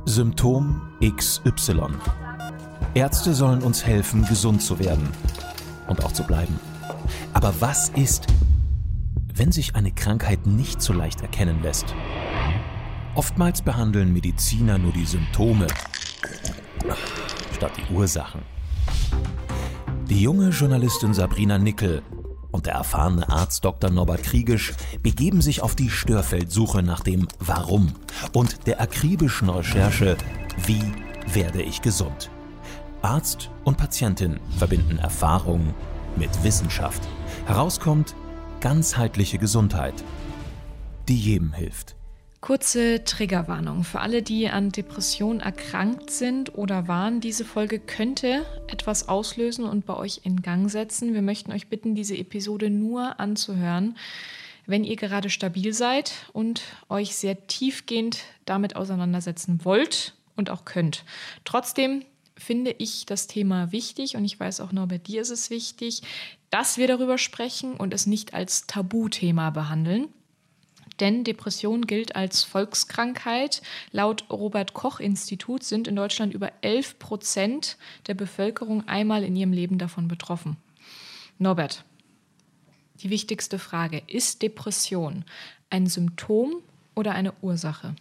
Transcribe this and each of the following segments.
Symptom XY. Ärzte sollen uns helfen, gesund zu werden und auch zu bleiben. Aber was ist, wenn sich eine Krankheit nicht so leicht erkennen lässt? Oftmals behandeln Mediziner nur die Symptome statt die Ursachen. Die junge Journalistin Sabrina Nickel und der erfahrene Arzt Dr. Norbert Kriegisch begeben sich auf die Störfeldsuche nach dem Warum und der akribischen Recherche, wie werde ich gesund? Arzt und Patientin verbinden Erfahrung mit Wissenschaft. Herauskommt ganzheitliche Gesundheit, die jedem hilft. Kurze Triggerwarnung für alle, die an Depressionen erkrankt sind oder waren. Diese Folge könnte etwas auslösen und bei euch in Gang setzen. Wir möchten euch bitten, diese Episode nur anzuhören, wenn ihr gerade stabil seid und euch sehr tiefgehend damit auseinandersetzen wollt und auch könnt. Trotzdem finde ich das Thema wichtig und ich weiß auch, Norbert, dir ist es wichtig, dass wir darüber sprechen und es nicht als Tabuthema behandeln. Denn Depression gilt als Volkskrankheit. Laut Robert-Koch-Institut sind in Deutschland über 11% der Bevölkerung einmal in ihrem Leben davon betroffen. Norbert, die wichtigste Frage: Ist Depression ein Symptom oder eine Ursache?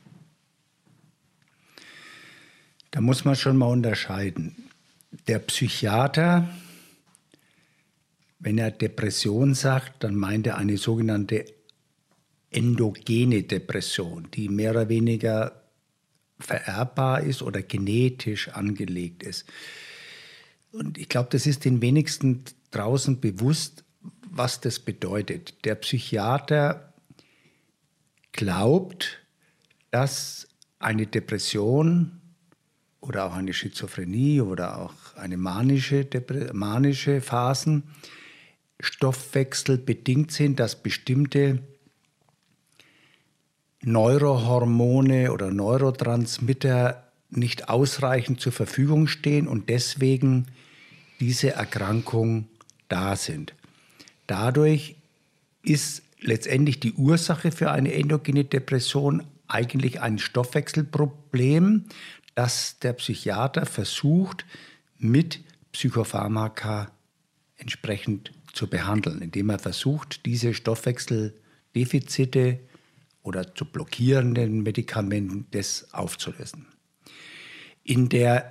Da muss man schon mal unterscheiden. Der Psychiater, wenn er Depression sagt, dann meint er eine sogenannte endogene Depression, die mehr oder weniger vererbbar ist oder genetisch angelegt ist. Und ich glaube, das ist den wenigsten draußen bewusst, was das bedeutet. Der Psychiater glaubt, dass eine Depression oder auch eine Schizophrenie oder auch eine manische Phasen stoffwechselbedingt sind, dass bestimmte Neurohormone oder Neurotransmitter nicht ausreichend zur Verfügung stehen und deswegen diese Erkrankung da sind. Dadurch ist letztendlich die Ursache für eine endogene Depression eigentlich ein Stoffwechselproblem, das der Psychiater versucht, mit Psychopharmaka entsprechend zu behandeln, indem er versucht, diese Stoffwechseldefizite oder zu blockierenden Medikamenten das aufzulösen. In der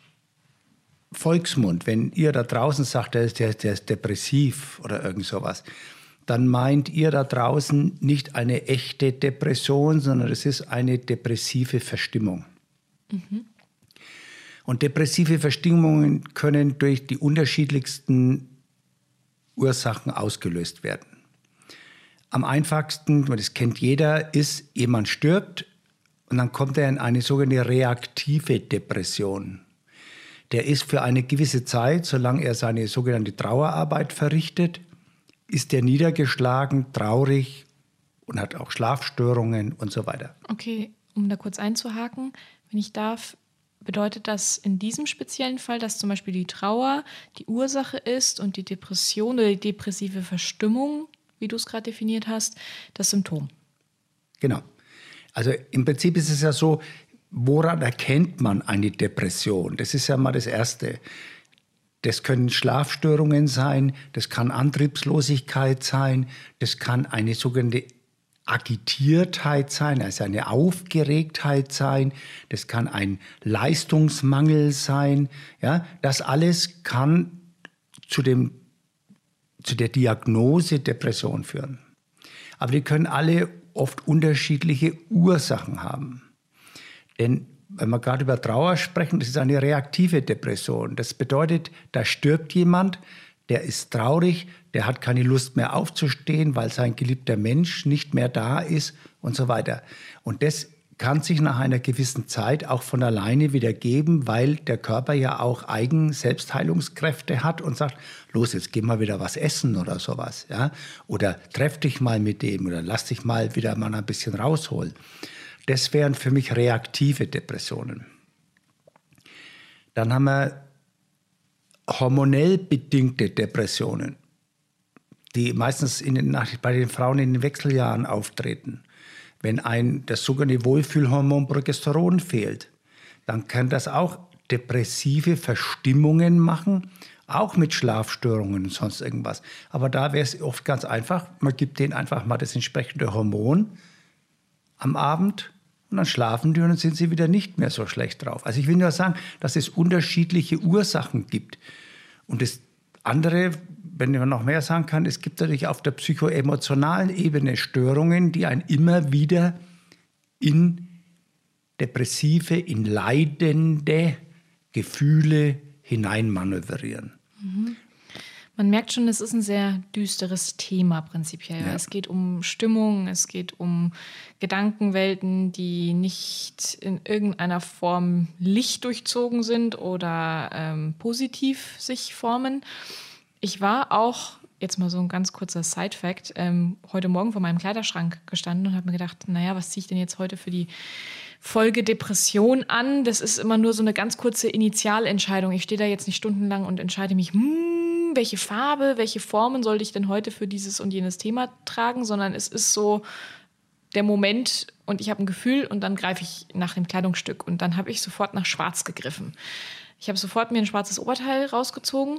Volksmund, wenn ihr da draußen sagt, der ist depressiv oder irgend sowas, dann meint ihr da draußen nicht eine echte Depression, sondern es ist eine depressive Verstimmung. Mhm. Und depressive Verstimmungen können durch die unterschiedlichsten Ursachen ausgelöst werden. Am einfachsten, das kennt jeder, ist, jemand stirbt und dann kommt er in eine sogenannte reaktive Depression. Der ist für eine gewisse Zeit, solange er seine sogenannte Trauerarbeit verrichtet, ist er niedergeschlagen, traurig und hat auch Schlafstörungen und so weiter. Okay, um da kurz einzuhaken, wenn ich darf, bedeutet das in diesem speziellen Fall, dass zum Beispiel die Trauer die Ursache ist und die Depression oder die depressive Verstimmung, wie du es gerade definiert hast, das Symptom? Genau. Also im Prinzip ist es ja so, woran erkennt man eine Depression? Das ist ja mal das Erste. Das können Schlafstörungen sein, das kann Antriebslosigkeit sein, das kann eine sogenannte Agitiertheit sein, also eine Aufgeregtheit sein, das kann ein Leistungsmangel sein. Ja, das alles kann zu der Diagnose Depression führen. Aber die können alle oft unterschiedliche Ursachen haben. Denn wenn wir gerade über Trauer sprechen, das ist eine reaktive Depression. Das bedeutet, da stirbt jemand, der ist traurig, der hat keine Lust mehr aufzustehen, weil sein geliebter Mensch nicht mehr da ist und so weiter. Und das kann sich nach einer gewissen Zeit auch von alleine wieder geben, weil der Körper ja auch Selbstheilungskräfte hat und sagt, los, jetzt geh mal wieder was essen oder sowas. Ja? Oder treff dich mal mit dem oder lass dich mal wieder mal ein bisschen rausholen. Das wären für mich reaktive Depressionen. Dann haben wir hormonell bedingte Depressionen, die meistens bei den Frauen in den Wechseljahren auftreten. Wenn das sogenannte Wohlfühlhormon Progesteron fehlt, dann kann das auch depressive Verstimmungen machen, auch mit Schlafstörungen und sonst irgendwas. Aber da wäre es oft ganz einfach, man gibt denen einfach mal das entsprechende Hormon am Abend und dann schlafen die und dann sind sie wieder nicht mehr so schlecht drauf. Also ich will nur sagen, dass es unterschiedliche Ursachen gibt. Und das andere, wenn man noch mehr sagen kann, es gibt natürlich auf der psychoemotionalen Ebene Störungen, die einen immer wieder in depressive, in leidende Gefühle hineinmanövrieren. Man merkt schon, es ist ein sehr düsteres Thema prinzipiell. Ja. Es geht um Stimmung, es geht um Gedankenwelten, die nicht in irgendeiner Form lichtdurchzogen sind oder positiv sich formen. Ich war auch, jetzt mal so ein ganz kurzer Side-Fact, heute Morgen vor meinem Kleiderschrank gestanden und habe mir gedacht, naja, was ziehe ich denn jetzt heute für die Folge Depression an? Das ist immer nur so eine ganz kurze Initialentscheidung. Ich stehe da jetzt nicht stundenlang und entscheide mich, welche Farbe, welche Formen sollte ich denn heute für dieses und jenes Thema tragen, sondern es ist so der Moment und ich habe ein Gefühl und dann greife ich nach dem Kleidungsstück und dann habe ich sofort nach Schwarz gegriffen. Ich habe sofort mir ein schwarzes Oberteil rausgezogen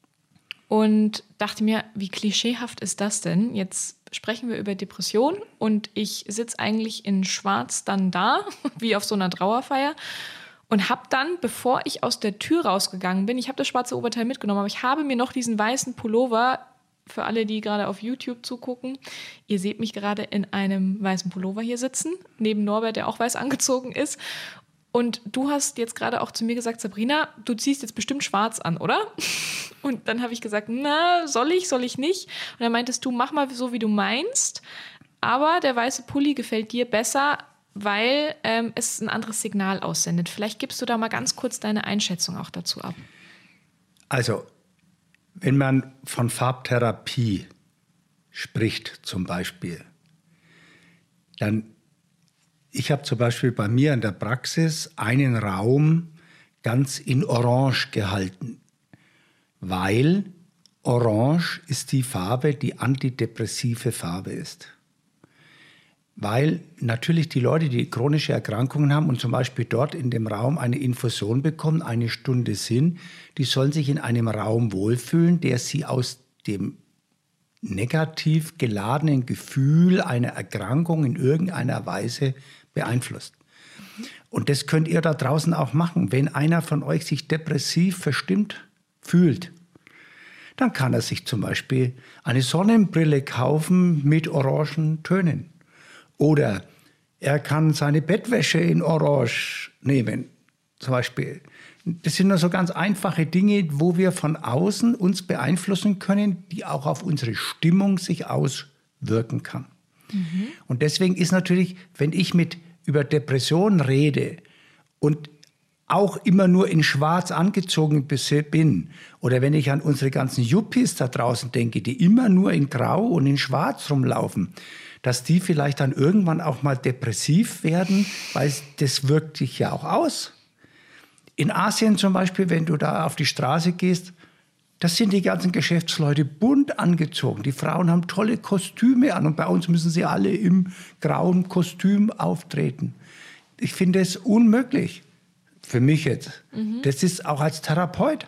und dachte mir, wie klischeehaft ist das denn? Jetzt sprechen wir über Depression und ich sitze eigentlich in Schwarz dann da, wie auf so einer Trauerfeier. Und habe dann, bevor ich aus der Tür rausgegangen bin, ich habe das schwarze Oberteil mitgenommen, aber ich habe mir noch diesen weißen Pullover, für alle, die gerade auf YouTube zugucken, ihr seht mich gerade in einem weißen Pullover hier sitzen, neben Norbert, der auch weiß angezogen ist. Und du hast jetzt gerade auch zu mir gesagt, Sabrina, du ziehst jetzt bestimmt schwarz an, oder? Und dann habe ich gesagt, na, soll ich nicht? Und dann meintest du, mach mal so, wie du meinst, aber der weiße Pulli gefällt dir besser, weil es ein anderes Signal aussendet. Vielleicht gibst du da mal ganz kurz deine Einschätzung auch dazu ab. Also, wenn man von Farbtherapie spricht zum Beispiel, dann, ich habe zum Beispiel bei mir in der Praxis einen Raum ganz in Orange gehalten, weil Orange ist die Farbe, die antidepressive Farbe ist. Weil natürlich die Leute, die chronische Erkrankungen haben und zum Beispiel dort in dem Raum eine Infusion bekommen, eine Stunde sind, die sollen sich in einem Raum wohlfühlen, der sie aus dem negativ geladenen Gefühl einer Erkrankung in irgendeiner Weise beeinflusst. Und das könnt ihr da draußen auch machen. Wenn einer von euch sich depressiv verstimmt fühlt, dann kann er sich zum Beispiel eine Sonnenbrille kaufen mit orangen Tönen. Oder er kann seine Bettwäsche in Orange nehmen, zum Beispiel. Das sind nur so ganz einfache Dinge, wo wir von außen uns beeinflussen können, die auch auf unsere Stimmung sich auswirken kann. Und deswegen ist natürlich, wenn ich über Depressionen rede und auch immer nur in Schwarz angezogen bin, oder wenn ich an unsere ganzen Yuppies da draußen denke, die immer nur in Grau und in Schwarz rumlaufen, dass die vielleicht dann irgendwann auch mal depressiv werden, weil das wirkt sich ja auch aus. In Asien zum Beispiel, wenn du da auf die Straße gehst, das sind die ganzen Geschäftsleute bunt angezogen. Die Frauen haben tolle Kostüme an und bei uns müssen sie alle im grauen Kostüm auftreten. Ich finde es unmöglich, für mich jetzt. Das ist auch als Therapeut.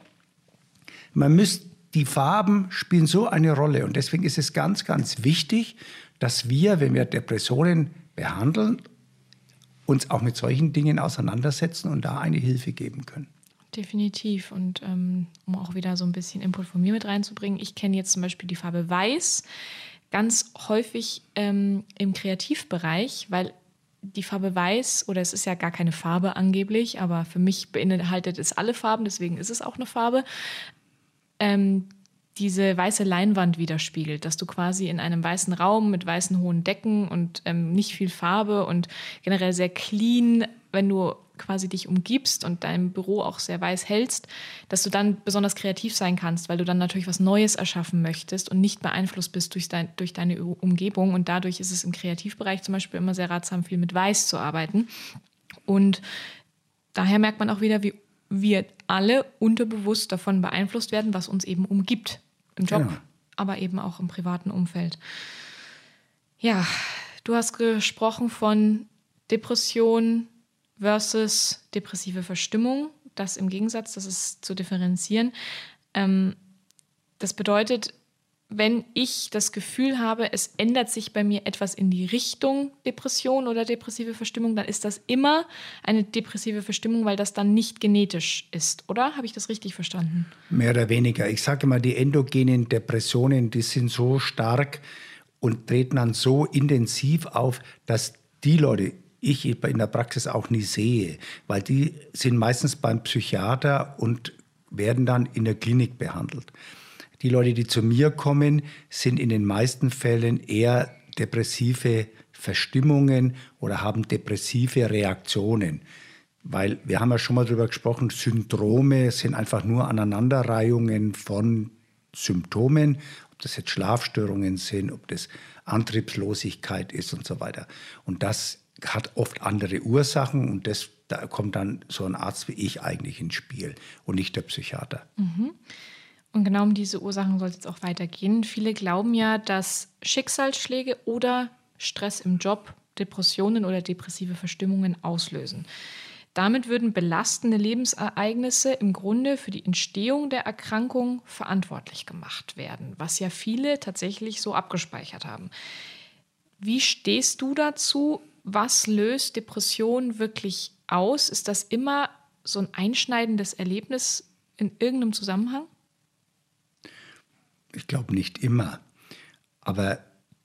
Die Farben spielen so eine Rolle und deswegen ist es ganz, ganz wichtig, dass wir, wenn wir Depressionen behandeln, uns auch mit solchen Dingen auseinandersetzen und da eine Hilfe geben können. Definitiv. Und um auch wieder so ein bisschen Input von mir mit reinzubringen, ich kenne jetzt zum Beispiel die Farbe Weiß ganz häufig im Kreativbereich, weil die Farbe Weiß, oder es ist ja gar keine Farbe angeblich, aber für mich beinhaltet es alle Farben, deswegen ist es auch eine Farbe, diese weiße Leinwand widerspiegelt, dass du quasi in einem weißen Raum mit weißen hohen Decken und nicht viel Farbe und generell sehr clean, wenn du quasi dich umgibst und dein Büro auch sehr weiß hältst, dass du dann besonders kreativ sein kannst, weil du dann natürlich was Neues erschaffen möchtest und nicht beeinflusst bist durch deine Umgebung. Und dadurch ist es im Kreativbereich zum Beispiel immer sehr ratsam, viel mit Weiß zu arbeiten. Und daher merkt man auch wieder, wie wir alle unterbewusst davon beeinflusst werden, was uns eben umgibt. Im Job, aber eben auch im privaten Umfeld. Ja, Du hast gesprochen von Depression versus depressive Verstimmung. Das im Gegensatz, das ist zu differenzieren. Das bedeutet, wenn ich das Gefühl habe, es ändert sich bei mir etwas in die Richtung Depression oder depressive Verstimmung, dann ist das immer eine depressive Verstimmung, weil das dann nicht genetisch ist, oder? Habe ich das richtig verstanden? Mehr oder weniger. Ich sage mal, die endogenen Depressionen, die sind so stark und treten dann so intensiv auf, dass die Leute, ich in der Praxis auch nie sehe, weil die sind meistens beim Psychiater und werden dann in der Klinik behandelt. Die Leute, die zu mir kommen, sind in den meisten Fällen eher depressive Verstimmungen oder haben depressive Reaktionen. Weil wir haben ja schon mal darüber gesprochen, Syndrome sind einfach nur Aneinanderreihungen von Symptomen, ob das jetzt Schlafstörungen sind, ob das Antriebslosigkeit ist und so weiter. Und das hat oft andere Ursachen und da kommt dann so ein Arzt wie ich eigentlich ins Spiel und nicht der Psychiater. Und genau um diese Ursachen soll es jetzt auch weitergehen. Viele glauben ja, dass Schicksalsschläge oder Stress im Job Depressionen oder depressive Verstimmungen auslösen. Damit würden belastende Lebensereignisse im Grunde für die Entstehung der Erkrankung verantwortlich gemacht werden, was ja viele tatsächlich so abgespeichert haben. Wie stehst du dazu? Was löst Depression wirklich aus? Ist das immer so ein einschneidendes Erlebnis in irgendeinem Zusammenhang? Ich glaube nicht immer. Aber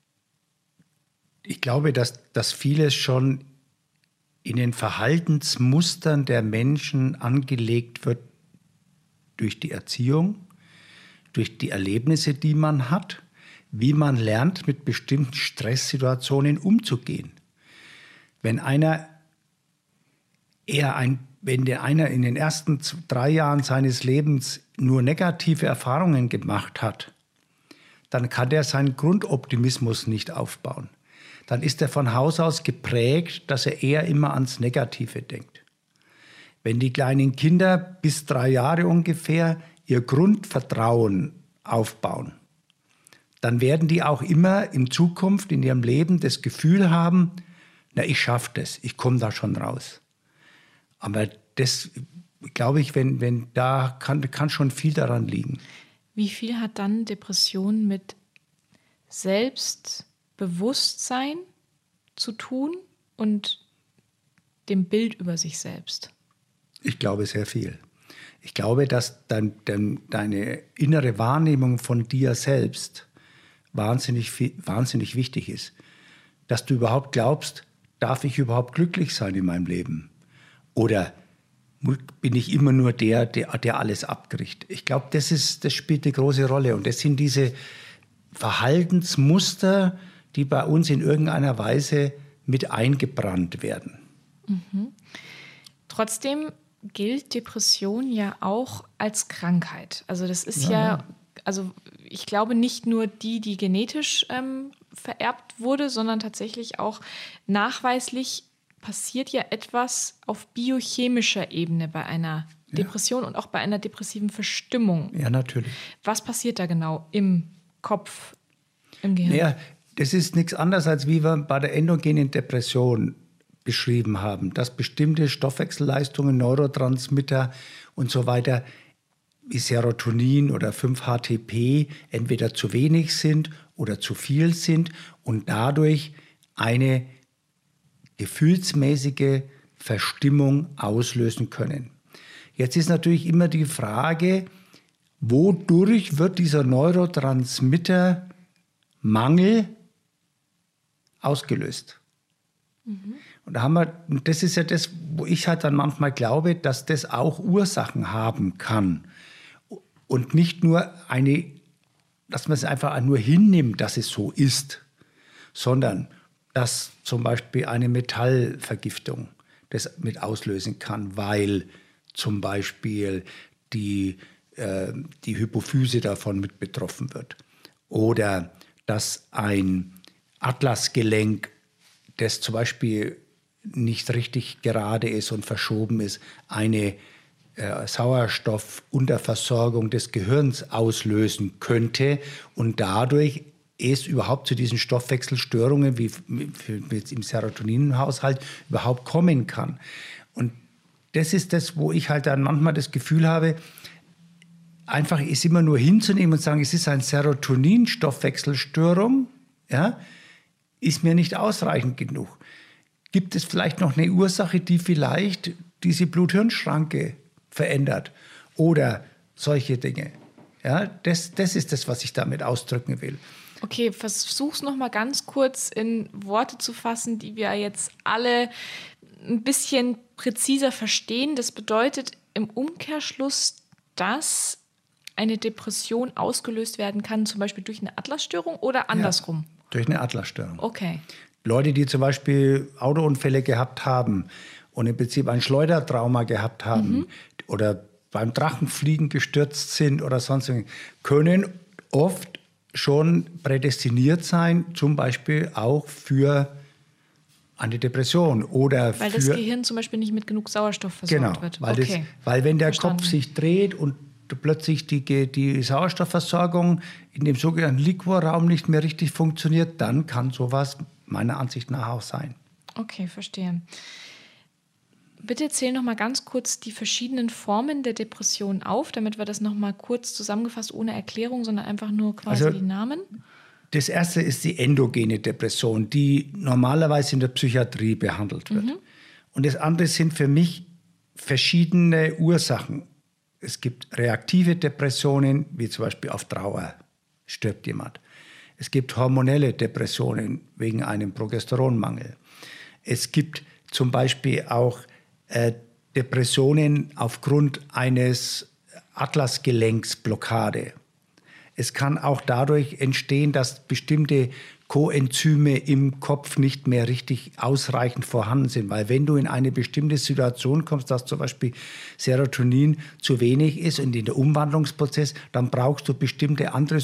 ich glaube, dass vieles schon in den Verhaltensmustern der Menschen angelegt wird durch die Erziehung, durch die Erlebnisse, die man hat, wie man lernt, mit bestimmten Stresssituationen umzugehen. Wenn einer in den ersten 3 Jahren seines Lebens nur negative Erfahrungen gemacht hat, dann kann der seinen Grundoptimismus nicht aufbauen. Dann ist er von Haus aus geprägt, dass er eher immer ans Negative denkt. Wenn die kleinen Kinder bis 3 Jahre ungefähr ihr Grundvertrauen aufbauen, dann werden die auch immer in Zukunft in ihrem Leben das Gefühl haben, na, ich schaffe das, ich komme da schon raus. Aber das, glaube ich, da kann schon viel daran liegen. Wie viel hat dann Depression mit Selbstbewusstsein zu tun und dem Bild über sich selbst? Ich glaube sehr viel. Ich glaube, dass deine innere Wahrnehmung von dir selbst wahnsinnig wichtig ist. Dass du überhaupt glaubst, darf ich überhaupt glücklich sein in meinem Leben? Oder bin ich immer nur der alles abkriegt? Ich glaube, das spielt eine große Rolle. Und das sind diese Verhaltensmuster, die bei uns in irgendeiner Weise mit eingebrannt werden. Mhm. Trotzdem gilt Depression ja auch als Krankheit. Also das ist also ich glaube nicht nur die genetisch vererbt wurde, sondern tatsächlich auch nachweislich passiert ja etwas auf biochemischer Ebene bei einer Depression und auch bei einer depressiven Verstimmung. Ja, natürlich. Was passiert da genau im Kopf, im Gehirn? Naja, das ist nichts anderes, als wie wir bei der endogenen Depression beschrieben haben, dass bestimmte Stoffwechselleistungen, Neurotransmitter und so weiter, wie Serotonin oder 5-HTP, entweder zu wenig sind oder zu viel sind und dadurch eine gefühlsmäßige Verstimmung auslösen können. Jetzt ist natürlich immer die Frage, wodurch wird dieser Neurotransmittermangel ausgelöst? Mhm. Und das ist ja das, wo ich halt dann manchmal glaube, dass das auch Ursachen haben kann. Und nicht nur dass man es einfach nur hinnimmt, dass es so ist, sondern dass zum Beispiel eine Metallvergiftung das mit auslösen kann, weil zum Beispiel die Hypophyse davon mit betroffen wird. Oder dass ein Atlasgelenk, das zum Beispiel nicht richtig gerade ist und verschoben ist, eine Sauerstoffunterversorgung des Gehirns auslösen könnte und dadurch es überhaupt zu diesen Stoffwechselstörungen wie jetzt im Serotoninhaushalt überhaupt kommen kann. Und das ist das, wo ich halt dann manchmal das Gefühl habe, einfach es immer nur hinzunehmen und sagen, es ist eine Serotonin-Stoffwechselstörung, ja, ist mir nicht ausreichend genug. Gibt es vielleicht noch eine Ursache, die vielleicht diese Blut-Hirn-Schranke verändert oder solche Dinge? Ja, das ist das, was ich damit ausdrücken will. Okay, versuch's noch mal ganz kurz in Worte zu fassen, die wir jetzt alle ein bisschen präziser verstehen. Das bedeutet im Umkehrschluss, dass eine Depression ausgelöst werden kann, zum Beispiel durch eine Atlasstörung oder andersrum? Ja, durch eine Atlasstörung. Okay. Leute, die zum Beispiel Autounfälle gehabt haben und im Prinzip ein Schleudertrauma gehabt haben oder beim Drachenfliegen gestürzt sind oder sonst was, können oft schon prädestiniert sein, zum Beispiel auch für eine Depression oder weil das Gehirn zum Beispiel nicht mit genug Sauerstoff versorgt wird. Weil wenn der Kopf sich dreht und plötzlich die Sauerstoffversorgung in dem sogenannten Liquorraum nicht mehr richtig funktioniert, dann kann sowas meiner Ansicht nach auch sein. Okay, verstehe. Bitte erzähl noch mal ganz kurz die verschiedenen Formen der Depression auf, damit wir das noch mal kurz zusammengefasst, ohne Erklärung, sondern einfach nur quasi die Namen. Das erste ist die endogene Depression, die normalerweise in der Psychiatrie behandelt wird. Und das andere sind für mich verschiedene Ursachen. Es gibt reaktive Depressionen, wie zum Beispiel auf Trauer stirbt jemand. Es gibt hormonelle Depressionen wegen einem Progesteronmangel. Es gibt zum Beispiel auch Depressionen aufgrund eines Atlasgelenksblockade. Es kann auch dadurch entstehen, dass bestimmte Coenzyme im Kopf nicht mehr richtig ausreichend vorhanden sind. Weil wenn du in eine bestimmte Situation kommst, dass zum Beispiel Serotonin zu wenig ist und in der Umwandlungsprozess, dann brauchst du bestimmte andere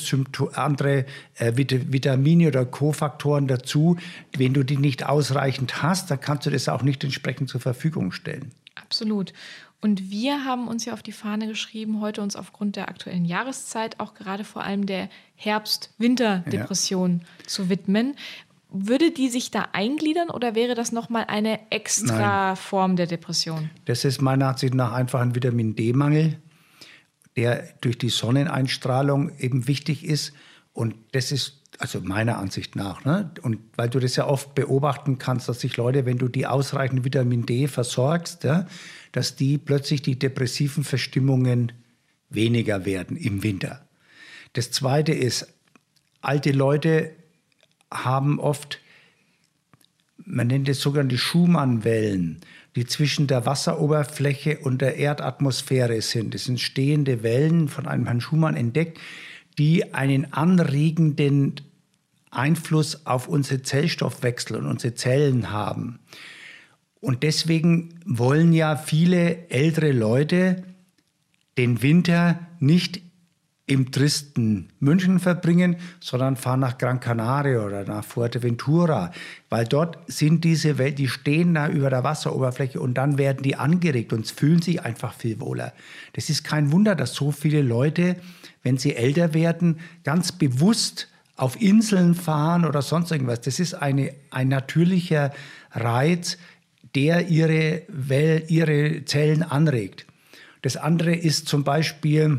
Vitamine oder Kofaktoren dazu. Wenn du die nicht ausreichend hast, dann kannst du das auch nicht entsprechend zur Verfügung stellen. Absolut. Und wir haben uns ja auf die Fahne geschrieben, heute uns aufgrund der aktuellen Jahreszeit auch gerade vor allem der Herbst-Winter-Depression zu widmen. Würde die sich da eingliedern oder wäre das nochmal eine extra Form der Depression? Das ist meiner Ansicht nach einfach ein Vitamin-D-Mangel, der durch die Sonneneinstrahlung eben wichtig ist. Und das ist also meiner Ansicht nach, ne? Und weil du das ja oft beobachten kannst, dass sich Leute, wenn du die ausreichend Vitamin D versorgst, ja, dass die plötzlich die depressiven Verstimmungen weniger werden im Winter. Das Zweite ist, alte Leute haben oft, man nennt es sogenannte Schumann-Wellen, die zwischen der Wasseroberfläche und der Erdatmosphäre sind. Das sind stehende Wellen von einem Herrn Schumann entdeckt, die einen anregenden Einfluss auf unsere Zellstoffwechsel und unsere Zellen haben. Und deswegen wollen ja viele ältere Leute den Winter nicht im tristen München verbringen, sondern fahren nach Gran Canaria oder nach Fuerteventura, weil dort sind diese Wellen, die stehen da über der Wasseroberfläche und dann werden die angeregt und fühlen sich einfach viel wohler. Das ist kein Wunder, dass so viele Leute, wenn sie älter werden, ganz bewusst auf Inseln fahren oder sonst irgendwas. Das ist ein natürlicher Reiz, der ihre Zellen anregt. Das andere ist zum Beispiel,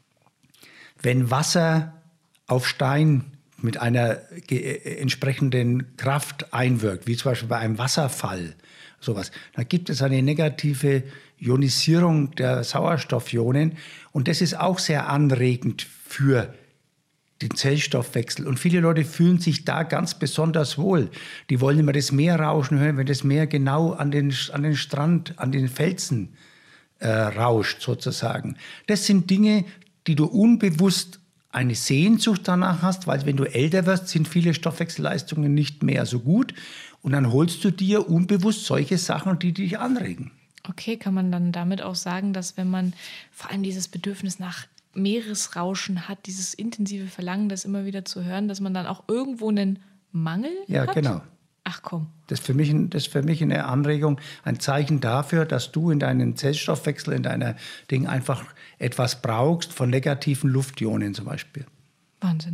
wenn Wasser auf Stein mit einer entsprechenden Kraft einwirkt, wie zum Beispiel bei einem Wasserfall, sowas, dann gibt es eine negative Ionisierung der Sauerstoffionen und das ist auch sehr anregend für den Zellstoffwechsel. Und viele Leute fühlen sich da ganz besonders wohl. Die wollen immer das Meer rauschen hören, wenn das Meer genau an den Strand, an den Felsen rauscht sozusagen. Das sind Dinge, die du unbewusst eine Sehnsucht danach hast, weil wenn du älter wirst, sind viele Stoffwechselleistungen nicht mehr so gut. Und dann holst du dir unbewusst solche Sachen, die dich anregen. Okay, kann man dann damit auch sagen, dass wenn man vor allem dieses Bedürfnis nach Meeresrauschen hat, dieses intensive Verlangen, das immer wieder zu hören, dass man dann auch irgendwo einen Mangel hat? Ja, genau. Ach komm. Das ist für mich eine Anregung, ein Zeichen dafür, dass du in deinem Zellstoffwechsel, in deiner Ding einfach etwas brauchst von negativen Luftionen zum Beispiel. Wahnsinn.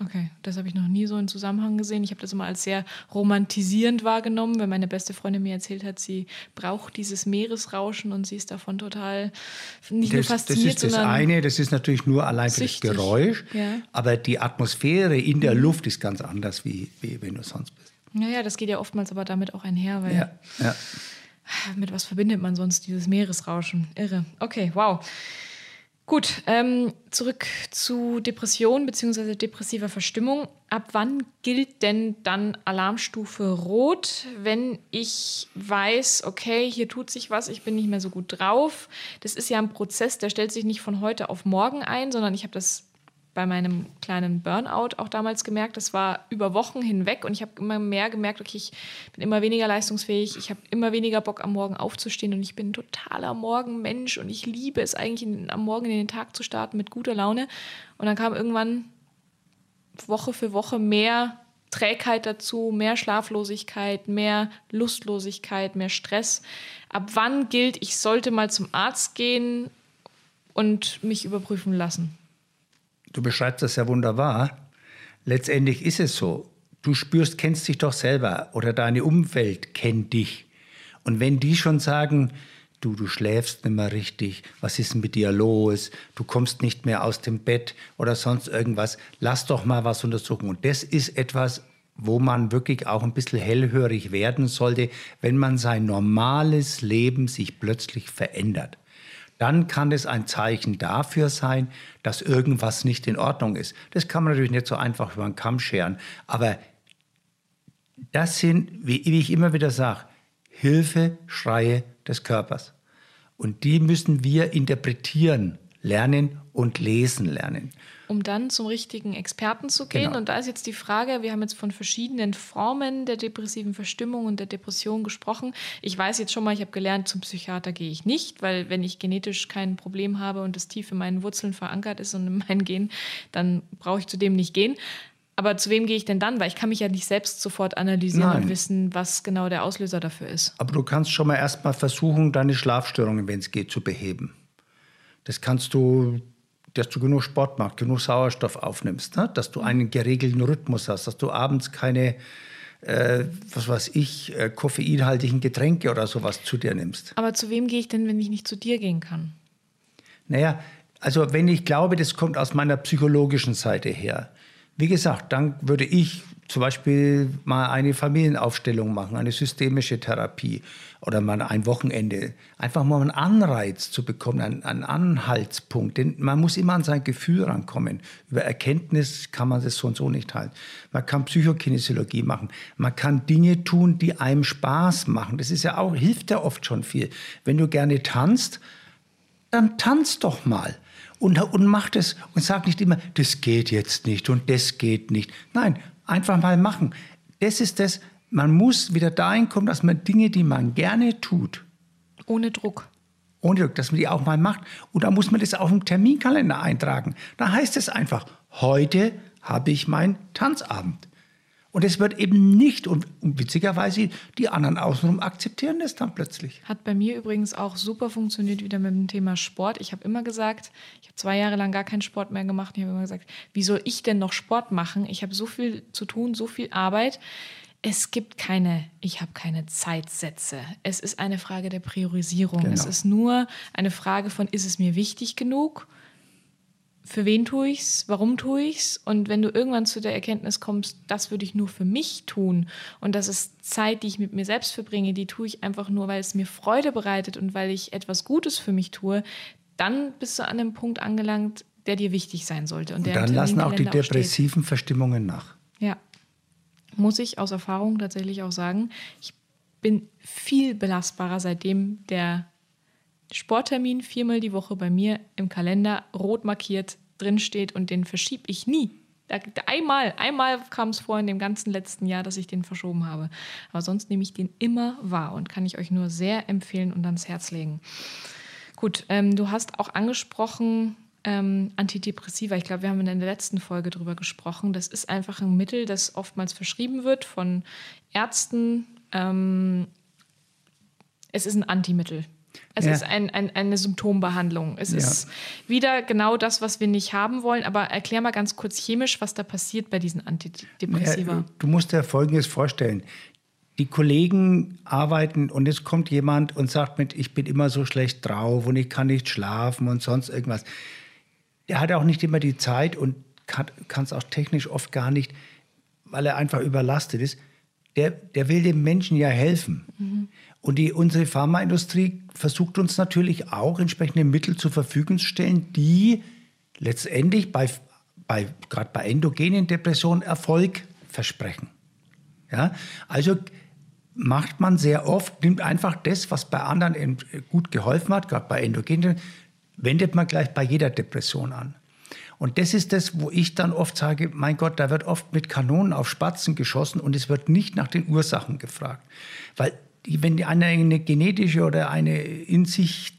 Okay, das habe ich noch nie so in Zusammenhang gesehen. Ich habe das immer als sehr romantisierend wahrgenommen, wenn meine beste Freundin mir erzählt hat, sie braucht dieses Meeresrauschen und sie ist davon total nicht nur fasziniert, das ist das eine, das ist natürlich nur allein für das süchtig. Geräusch, Ja. aber die Atmosphäre in der Luft ist ganz anders, wie wenn du sonst bist. Naja, das geht ja oftmals aber damit auch einher, weil Ja. mit was verbindet man sonst dieses Meeresrauschen? Irre. Okay, wow. Gut, zurück zu Depression bzw. depressiver Verstimmung. Ab wann gilt denn dann Alarmstufe Rot, wenn ich weiß, okay, hier tut sich was, ich bin nicht mehr so gut drauf? Das ist ja ein Prozess, der stellt sich nicht von heute auf morgen ein, sondern ich habe das bei meinem kleinen Burnout auch damals gemerkt. Das war über Wochen hinweg und ich habe immer mehr gemerkt, okay, ich bin immer weniger leistungsfähig, ich habe immer weniger Bock am Morgen aufzustehen und ich bin ein totaler Morgenmensch und ich liebe es eigentlich am Morgen in den Tag zu starten mit guter Laune. Und dann kam irgendwann Woche für Woche mehr Trägheit dazu, mehr Schlaflosigkeit, mehr Lustlosigkeit, mehr Stress. Ab wann gilt, ich sollte mal zum Arzt gehen und mich überprüfen lassen? Du beschreibst das ja wunderbar. Letztendlich ist es so. Du kennst dich doch selber oder deine Umwelt kennt dich. Und wenn die schon sagen, du schläfst nicht mehr richtig, was ist denn mit dir los, du kommst nicht mehr aus dem Bett oder sonst irgendwas, lass doch mal was untersuchen. Und das ist etwas, wo man wirklich auch ein bisschen hellhörig werden sollte, wenn man sein normales Leben sich plötzlich verändert. Dann kann es ein Zeichen dafür sein, dass irgendwas nicht in Ordnung ist. Das kann man natürlich nicht so einfach über den Kamm scheren. Aber das sind, wie ich immer wieder sage, Hilfeschreie des Körpers. Und die müssen wir interpretieren lernen und lesen lernen. Um dann zum richtigen Experten zu gehen. Genau. Und da ist jetzt die Frage, wir haben jetzt von verschiedenen Formen der depressiven Verstimmung und der Depression gesprochen. Ich weiß jetzt schon mal, ich habe gelernt, zum Psychiater gehe ich nicht, weil wenn ich genetisch kein Problem habe und das tief in meinen Wurzeln verankert ist und in meinen Gen, dann brauche ich zu dem nicht gehen. Aber zu wem gehe ich denn dann? Weil ich kann mich ja nicht selbst sofort analysieren und wissen, was genau der Auslöser dafür ist. Aber du kannst schon mal erst mal versuchen, deine Schlafstörungen, wenn es geht, zu beheben. Das kannst du, dass du genug Sport machst, genug Sauerstoff aufnimmst, ne? Dass du einen geregelten Rhythmus hast, dass du abends keine, koffeinhaltigen Getränke oder sowas zu dir nimmst. Aber zu wem gehe ich denn, wenn ich nicht zu dir gehen kann? Naja, also wenn ich glaube, das kommt aus meiner psychologischen Seite her. Wie gesagt, dann würde ich zum Beispiel mal eine Familienaufstellung machen, eine systemische Therapie oder mal ein Wochenende. Einfach mal einen Anreiz zu bekommen, einen Anhaltspunkt. Denn man muss immer an sein Gefühl rankommen. Über Erkenntnis kann man das so und so nicht halten. Man kann Psychokinesiologie machen. Man kann Dinge tun, die einem Spaß machen. Das ist ja auch, hilft ja oft schon viel. Wenn du gerne tanzt, dann tanz doch mal. Und mach das und sag nicht immer, das geht jetzt nicht und das geht nicht. Nein, einfach mal machen. Das ist das, man muss wieder dahin kommen, dass man Dinge, die man gerne tut. Ohne Druck. Ohne Druck, dass man die auch mal macht. Und da muss man das auf dem Terminkalender eintragen. Da heißt es einfach, heute habe ich meinen Tanzabend. Und es wird eben nicht, und witzigerweise, die anderen außenrum akzeptieren das dann plötzlich. Hat bei mir übrigens auch super funktioniert wieder mit dem Thema Sport. Ich habe immer gesagt, ich habe 2 Jahre lang gar keinen Sport mehr gemacht. Ich habe immer gesagt, wie soll ich denn noch Sport machen? Ich habe so viel zu tun, so viel Arbeit. Ich habe keine Zeitsätze. Es ist eine Frage der Priorisierung. Genau. Es ist nur eine Frage von, ist es mir wichtig genug? Für wen tue ich's? Warum tue ich's? Und wenn du irgendwann zu der Erkenntnis kommst, das würde ich nur für mich tun und das ist Zeit, die ich mit mir selbst verbringe, die tue ich einfach nur, weil es mir Freude bereitet und weil ich etwas Gutes für mich tue, dann bist du an einem Punkt angelangt, der dir wichtig sein sollte. Und dann lassen auch die depressiven Verstimmungen nach. Ja, muss ich aus Erfahrung tatsächlich auch sagen. Ich bin viel belastbarer, seitdem der Sporttermin 4-mal die Woche bei mir im Kalender rot markiert drinsteht und den verschiebe ich nie. Einmal kam es vor in dem ganzen letzten Jahr, dass ich den verschoben habe. Aber sonst nehme ich den immer wahr und kann ich euch nur sehr empfehlen und ans Herz legen. Gut, du hast auch angesprochen Antidepressiva. Ich glaube, wir haben in der letzten Folge drüber gesprochen. Das ist einfach ein Mittel, das oftmals verschrieben wird von Ärzten. Es ist ein Antimittel. Es ist eine Symptombehandlung. Es ist wieder genau das, was wir nicht haben wollen. Aber erklär mal ganz kurz chemisch, was da passiert bei diesen Antidepressiva. Du musst dir Folgendes vorstellen. Die Kollegen arbeiten und es kommt jemand und sagt mit, ich bin immer so schlecht drauf und ich kann nicht schlafen und sonst irgendwas. Der hat auch nicht immer die Zeit und kann es auch technisch oft gar nicht, weil er einfach überlastet ist. Der will dem Menschen ja helfen. Mhm. Und unsere Pharmaindustrie versucht uns natürlich auch entsprechende Mittel zur Verfügung zu stellen, die letztendlich gerade bei endogenen Depressionen Erfolg versprechen. Ja? Also macht man sehr oft, nimmt einfach das, was bei anderen gut geholfen hat, gerade bei endogenen, wendet man gleich bei jeder Depression an. Und das ist das, wo ich dann oft sage, mein Gott, da wird oft mit Kanonen auf Spatzen geschossen und es wird nicht nach den Ursachen gefragt. Weil wenn einer eine genetische oder eine in sich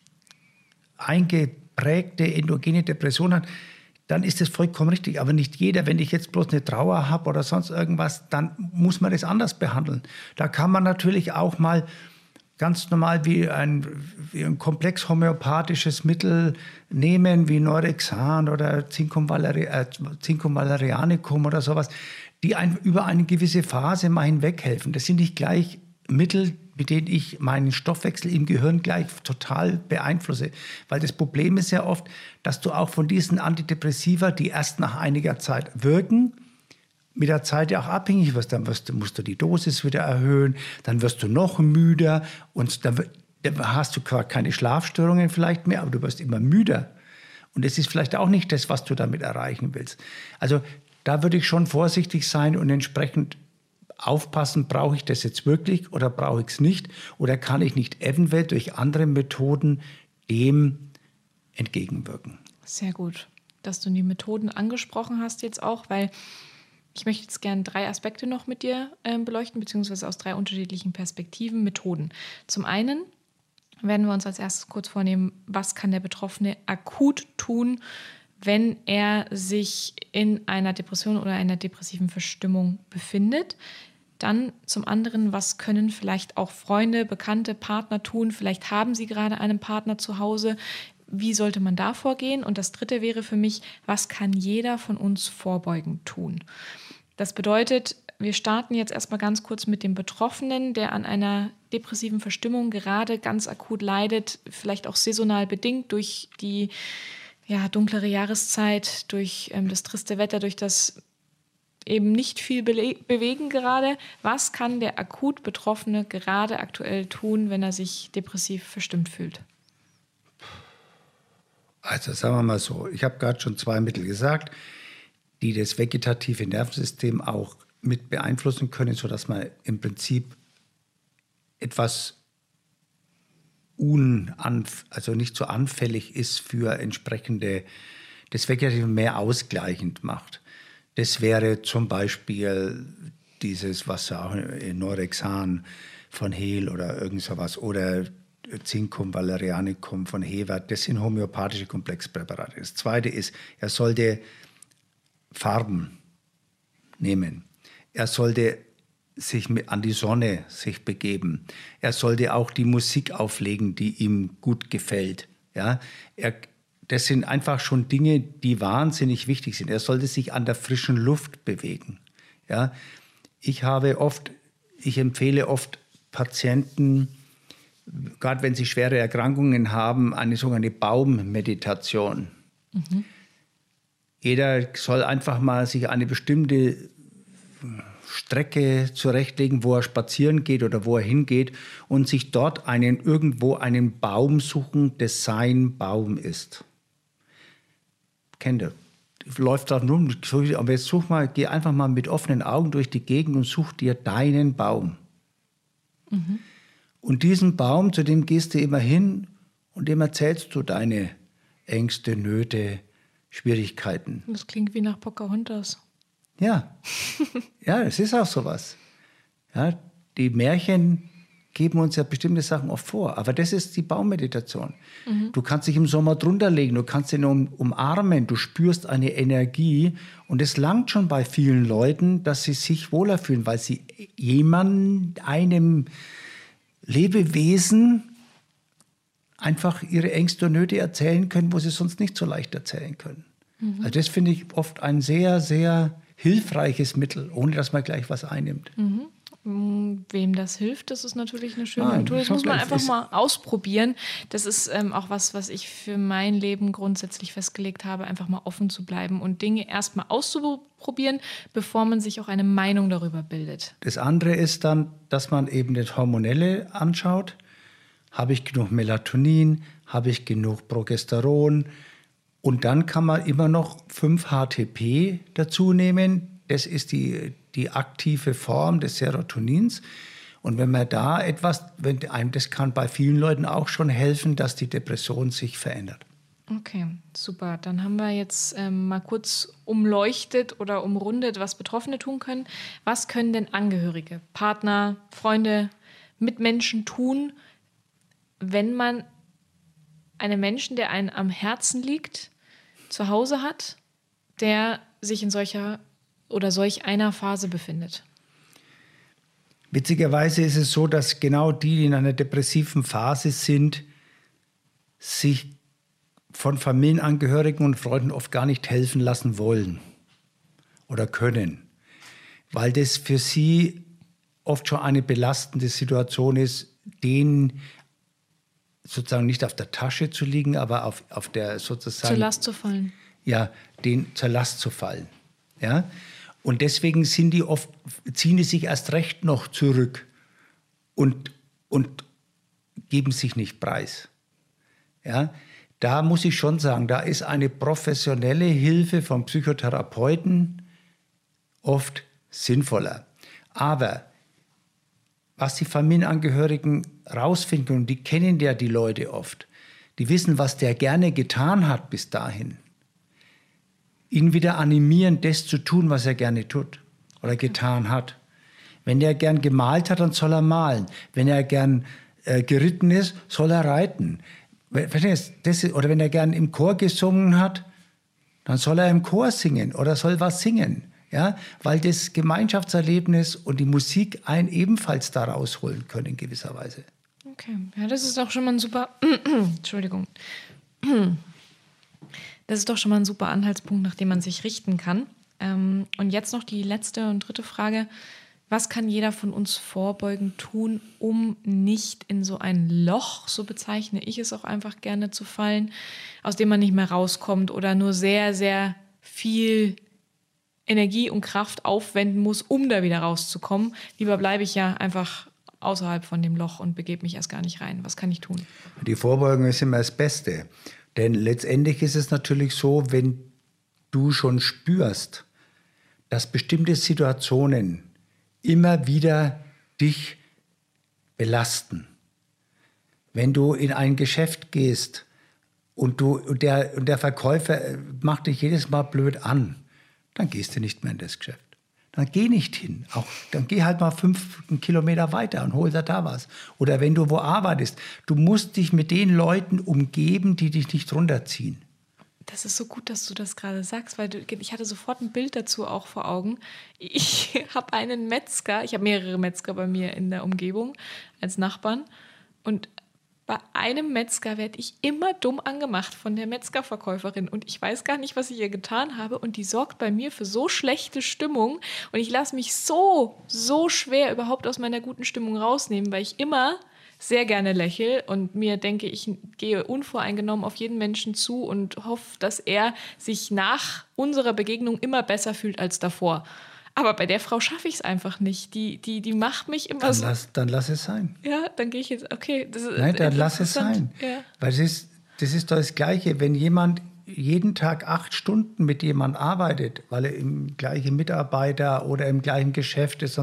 eingeprägte endogene Depression hat, dann ist das vollkommen richtig. Aber nicht jeder, wenn ich jetzt bloß eine Trauer habe oder sonst irgendwas, dann muss man das anders behandeln. Da kann man natürlich auch mal ganz normal wie ein komplex homöopathisches Mittel nehmen, wie Norexan oder Zincum valerianicum oder sowas, die über eine gewisse Phase mal hinweg helfen. Das sind nicht gleich Mittel, mit denen ich meinen Stoffwechsel im Gehirn gleich total beeinflusse. Weil das Problem ist ja oft, dass du auch von diesen Antidepressiva, die erst nach einiger Zeit wirken, mit der Zeit ja auch abhängig wirst. Dann musst du die Dosis wieder erhöhen, dann wirst du noch müder und dann hast du keine Schlafstörungen vielleicht mehr, aber du wirst immer müder. Und das ist vielleicht auch nicht das, was du damit erreichen willst. Also da würde ich schon vorsichtig sein und entsprechend aufpassen, brauche ich das jetzt wirklich oder brauche ich es nicht? Oder kann ich nicht eventuell durch andere Methoden dem entgegenwirken? Sehr gut, dass du die Methoden angesprochen hast jetzt auch, weil ich möchte jetzt gerne 3 Aspekte noch mit dir beleuchten, beziehungsweise aus 3 unterschiedlichen Perspektiven, Methoden. Zum einen werden wir uns als erstes kurz vornehmen, was kann der Betroffene akut tun, wenn er sich in einer Depression oder einer depressiven Verstimmung befindet. Dann zum anderen, was können vielleicht auch Freunde, Bekannte, Partner tun? Vielleicht haben sie gerade einen Partner zu Hause. Wie sollte man da vorgehen? Und das dritte wäre für mich, was kann jeder von uns vorbeugend tun? Das bedeutet, wir starten jetzt erstmal ganz kurz mit dem Betroffenen, der an einer depressiven Verstimmung gerade ganz akut leidet, vielleicht auch saisonal bedingt durch die dunklere Jahreszeit, durch das triste Wetter, durch das eben nicht viel bewegen gerade. Was kann der akut Betroffene gerade aktuell tun, wenn er sich depressiv verstimmt fühlt? Also sagen wir mal so, ich habe gerade schon 2 Mittel gesagt, die das vegetative Nervensystem auch mit beeinflussen können, sodass man im Prinzip etwas nicht so anfällig ist für entsprechende, das Vegetative mehr ausgleichend macht. Das wäre zum Beispiel dieses, was auch Norexan von Hehl oder irgend sowas oder Zincum valerianicum von Hewert, das sind homöopathische Komplexpräparate. Das Zweite ist, er sollte Farben nehmen. Er sollte sich an die Sonne begeben. Er sollte auch die Musik auflegen, die ihm gut gefällt. Ja? Das sind einfach schon Dinge, die wahnsinnig wichtig sind. Er sollte sich an der frischen Luft bewegen. Ja? Ich empfehle oft Patienten, gerade wenn sie schwere Erkrankungen haben, eine sogenannte Baummeditation. Mhm. Jeder soll einfach mal sich eine bestimmte Strecke zurechtlegen, wo er spazieren geht oder wo er hingeht und sich dort irgendwo einen Baum suchen, der sein Baum ist. Kennt ihr? Läuft da rum, aber jetzt geh einfach mal mit offenen Augen durch die Gegend und such dir deinen Baum. Mhm. Und diesen Baum, zu dem gehst du immer hin und dem erzählst du deine Ängste, Nöte, Schwierigkeiten. Das klingt wie nach Pocahontas. Ja, ja, es ist auch sowas. Ja, die Märchen geben uns ja bestimmte Sachen oft vor, aber das ist die Baummeditation. Mhm. Du kannst dich im Sommer drunter legen, du kannst ihn umarmen, du spürst eine Energie und es langt schon bei vielen Leuten, dass sie sich wohler fühlen, weil sie einem Lebewesen einfach ihre Ängste und Nöte erzählen können, wo sie sonst nicht so leicht erzählen können. Also das finde ich oft ein sehr, sehr hilfreiches Mittel, ohne dass man gleich was einnimmt. Wem das hilft, das ist natürlich eine schöne Methode. Das muss man einfach mal ausprobieren. Das ist auch was ich für mein Leben grundsätzlich festgelegt habe, einfach mal offen zu bleiben und Dinge erst mal auszuprobieren, bevor man sich auch eine Meinung darüber bildet. Das andere ist dann, dass man eben das Hormonelle anschaut. Habe ich genug Melatonin? Habe ich genug Progesteron? Und dann kann man immer noch 5-HTP dazu nehmen. Das ist die aktive Form des Serotonins. Und wenn man da das kann bei vielen Leuten auch schon helfen, dass die Depression sich verändert. Okay, super. Dann haben wir jetzt mal kurz umleuchtet oder umrundet, was Betroffene tun können. Was können denn Angehörige, Partner, Freunde, Mitmenschen tun, wenn man einen Menschen, der einem am Herzen liegt, zu Hause hat, der sich in solch einer Phase befindet? Witzigerweise ist es so, dass genau die in einer depressiven Phase sind, sich von Familienangehörigen und Freunden oft gar nicht helfen lassen wollen oder können, weil das für sie oft schon eine belastende Situation ist, denen sozusagen nicht auf der Tasche zu liegen, aber auf der sozusagen... Zur Last zu fallen. Ja, denen zur Last zu fallen. Ja? Und deswegen ziehen die sich erst recht noch zurück und geben sich nicht preis. Ja? Da muss ich schon sagen, da ist eine professionelle Hilfe vom Psychotherapeuten oft sinnvoller. Aber was die Familienangehörigen rausfinden, und die kennen ja die Leute oft, die wissen, was der gerne getan hat bis dahin, ihn wieder animieren, das zu tun, was er gerne tut oder getan hat. Wenn er gern gemalt hat, dann soll er malen. Wenn er gern geritten ist, soll er reiten. Oder wenn er gern im Chor gesungen hat, dann soll er im Chor singen oder soll was singen. Ja? Weil das Gemeinschaftserlebnis und die Musik einen ebenfalls da rausholen können in gewisser Weise. Okay, ja, das ist doch schon mal ein super... Entschuldigung. Das ist doch schon mal ein super Anhaltspunkt, nach dem man sich richten kann. Und jetzt noch die letzte und dritte Frage. Was kann jeder von uns vorbeugend tun, um nicht in so ein Loch, so bezeichne ich es auch einfach gerne, zu fallen, aus dem man nicht mehr rauskommt oder nur sehr, sehr viel Energie und Kraft aufwenden muss, um da wieder rauszukommen? Lieber bleibe ich ja einfach außerhalb von dem Loch und begebe mich erst gar nicht rein. Was kann ich tun? Die Vorbeugung ist immer das Beste. Denn letztendlich ist es natürlich so, wenn du schon spürst, dass bestimmte Situationen immer wieder dich belasten. Wenn du in ein Geschäft gehst und der Verkäufer macht dich jedes Mal blöd an, dann gehst du nicht mehr in das Geschäft. Dann geh nicht hin. Dann geh halt mal 5 Kilometer weiter und hol da was. Oder wenn du wo arbeitest, du musst dich mit den Leuten umgeben, die dich nicht runterziehen. Das ist so gut, dass du das gerade sagst, weil ich hatte sofort ein Bild dazu auch vor Augen. Ich habe einen Metzger, ich habe mehrere Metzger bei mir in der Umgebung als Nachbarn. Und bei einem Metzger werde ich immer dumm angemacht von der Metzgerverkäuferin. Und ich weiß gar nicht, was ich ihr getan habe. Und die sorgt bei mir für so schlechte Stimmung. Und ich lasse mich so schwer überhaupt aus meiner guten Stimmung rausnehmen, weil ich immer sehr gerne lächle und mir denke, ich gehe unvoreingenommen auf jeden Menschen zu und hoffe, dass er sich nach unserer Begegnung immer besser fühlt als davor. Aber bei der Frau schaffe ich es einfach nicht. Die macht mich immer so. Dann lass es sein. Ja, dann gehe ich jetzt, okay. Nein, dann lass es sein. Ja. Weil das ist doch das Gleiche, wenn jemand jeden Tag 8 Stunden mit jemandem arbeitet, weil er im gleichen Mitarbeiter oder im gleichen Geschäft ist.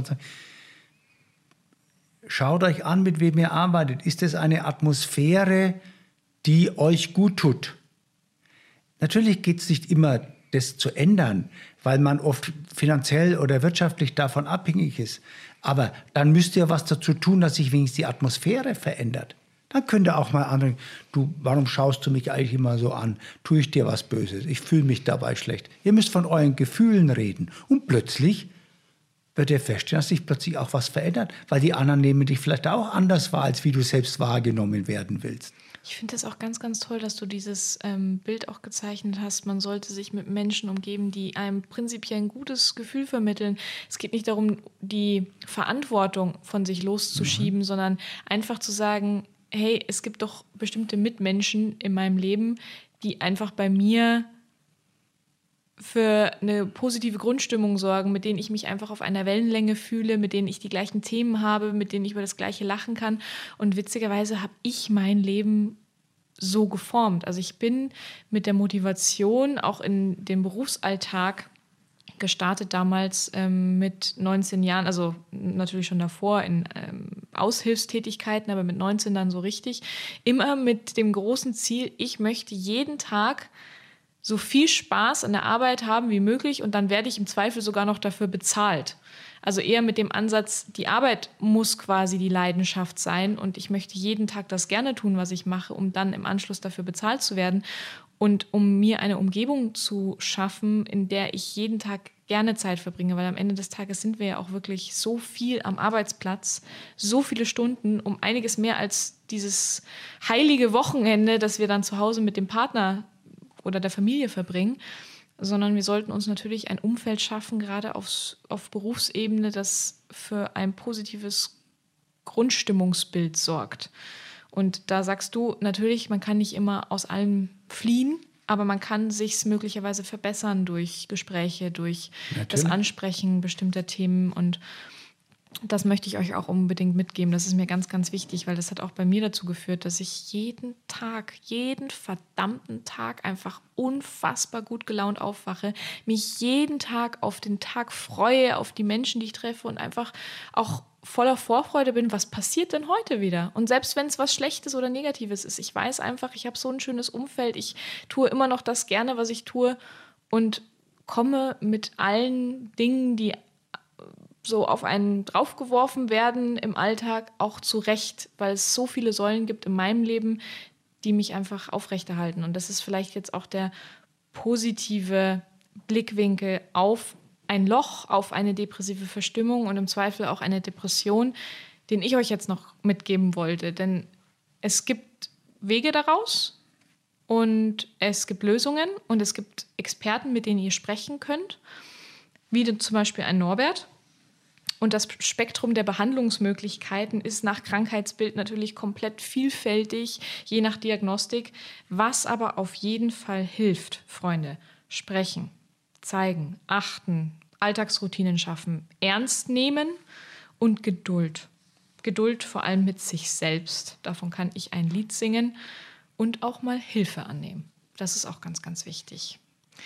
Schaut euch an, mit wem ihr arbeitet. Ist es eine Atmosphäre, die euch gut tut? Natürlich geht es nicht immer, das zu ändern, weil man oft finanziell oder wirtschaftlich davon abhängig ist. Aber dann müsst ihr was dazu tun, dass sich wenigstens die Atmosphäre verändert. Dann könnt ihr auch mal anregen, du, warum schaust du mich eigentlich immer so an? Tue ich dir was Böses? Ich fühle mich dabei schlecht. Ihr müsst von euren Gefühlen reden. Und plötzlich wird ihr feststellen, dass sich plötzlich auch was verändert. Weil die anderen nehmen dich vielleicht auch anders wahr, als wie du selbst wahrgenommen werden willst. Ich finde das auch ganz, ganz toll, dass du dieses Bild auch gezeichnet hast. Man sollte sich mit Menschen umgeben, die einem prinzipiell ein gutes Gefühl vermitteln. Es geht nicht darum, die Verantwortung von sich loszuschieben, sondern einfach zu sagen, hey, es gibt doch bestimmte Mitmenschen in meinem Leben, die einfach bei mir für eine positive Grundstimmung sorgen, mit denen ich mich einfach auf einer Wellenlänge fühle, mit denen ich die gleichen Themen habe, mit denen ich über das Gleiche lachen kann. Und witzigerweise habe ich mein Leben so geformt. Also ich bin mit der Motivation auch in den Berufsalltag gestartet, damals mit 19 Jahren, also natürlich schon davor in Aushilfstätigkeiten, aber mit 19 dann so richtig, immer mit dem großen Ziel, ich möchte jeden Tag so viel Spaß an der Arbeit haben wie möglich und dann werde ich im Zweifel sogar noch dafür bezahlt. Also eher mit dem Ansatz, die Arbeit muss quasi die Leidenschaft sein und ich möchte jeden Tag das gerne tun, was ich mache, um dann im Anschluss dafür bezahlt zu werden und um mir eine Umgebung zu schaffen, in der ich jeden Tag gerne Zeit verbringe, weil am Ende des Tages sind wir ja auch wirklich so viel am Arbeitsplatz, so viele Stunden, um einiges mehr als dieses heilige Wochenende, das wir dann zu Hause mit dem Partner oder der Familie verbringen, sondern wir sollten uns natürlich ein Umfeld schaffen, gerade auf Berufsebene, das für ein positives Grundstimmungsbild sorgt. Und da sagst du natürlich, man kann nicht immer aus allem fliehen, aber man kann sich möglicherweise verbessern durch Gespräche, durch das Ansprechen bestimmter Themen. Und das möchte ich euch auch unbedingt mitgeben. Das ist mir ganz, ganz wichtig, weil das hat auch bei mir dazu geführt, dass ich jeden verdammten Tag einfach unfassbar gut gelaunt aufwache, mich jeden Tag auf den Tag freue, auf die Menschen, die ich treffe und einfach auch voller Vorfreude bin, was passiert denn heute wieder? Und selbst wenn es was Schlechtes oder Negatives ist, ich weiß einfach, ich habe so ein schönes Umfeld, ich tue immer noch das gerne, was ich tue und komme mit allen Dingen, die so auf einen draufgeworfen werden im Alltag, auch zurecht, weil es so viele Säulen gibt in meinem Leben, die mich einfach aufrechterhalten. Und das ist vielleicht jetzt auch der positive Blickwinkel auf ein Loch, auf eine depressive Verstimmung und im Zweifel auch eine Depression, den ich euch jetzt noch mitgeben wollte. Denn es gibt Wege daraus und es gibt Lösungen und es gibt Experten, mit denen ihr sprechen könnt, wie zum Beispiel ein Norbert. Und das Spektrum der Behandlungsmöglichkeiten ist nach Krankheitsbild natürlich komplett vielfältig, je nach Diagnostik. Was aber auf jeden Fall hilft, Freunde, sprechen, zeigen, achten, Alltagsroutinen schaffen, ernst nehmen und Geduld. Geduld vor allem mit sich selbst. Davon kann ich ein Lied singen und auch mal Hilfe annehmen. Das ist auch ganz, ganz wichtig.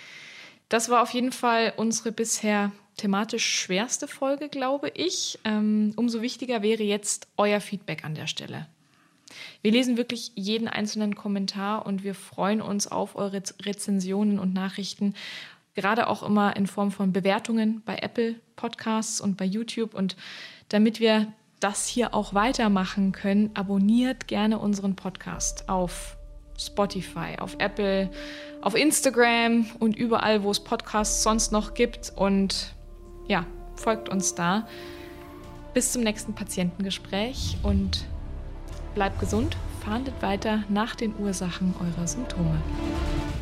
Das war auf jeden Fall unsere bisher thematisch schwerste Folge, glaube ich. Umso wichtiger wäre jetzt euer Feedback an der Stelle. Wir lesen wirklich jeden einzelnen Kommentar und wir freuen uns auf eure Rezensionen und Nachrichten, gerade auch immer in Form von Bewertungen bei Apple Podcasts und bei YouTube. Und damit wir das hier auch weitermachen können, abonniert gerne unseren Podcast auf Spotify, auf Apple, auf Instagram und überall, wo es Podcasts sonst noch gibt. Und ja, folgt uns da. Bis zum nächsten Patientengespräch und bleibt gesund, fahndet weiter nach den Ursachen eurer Symptome.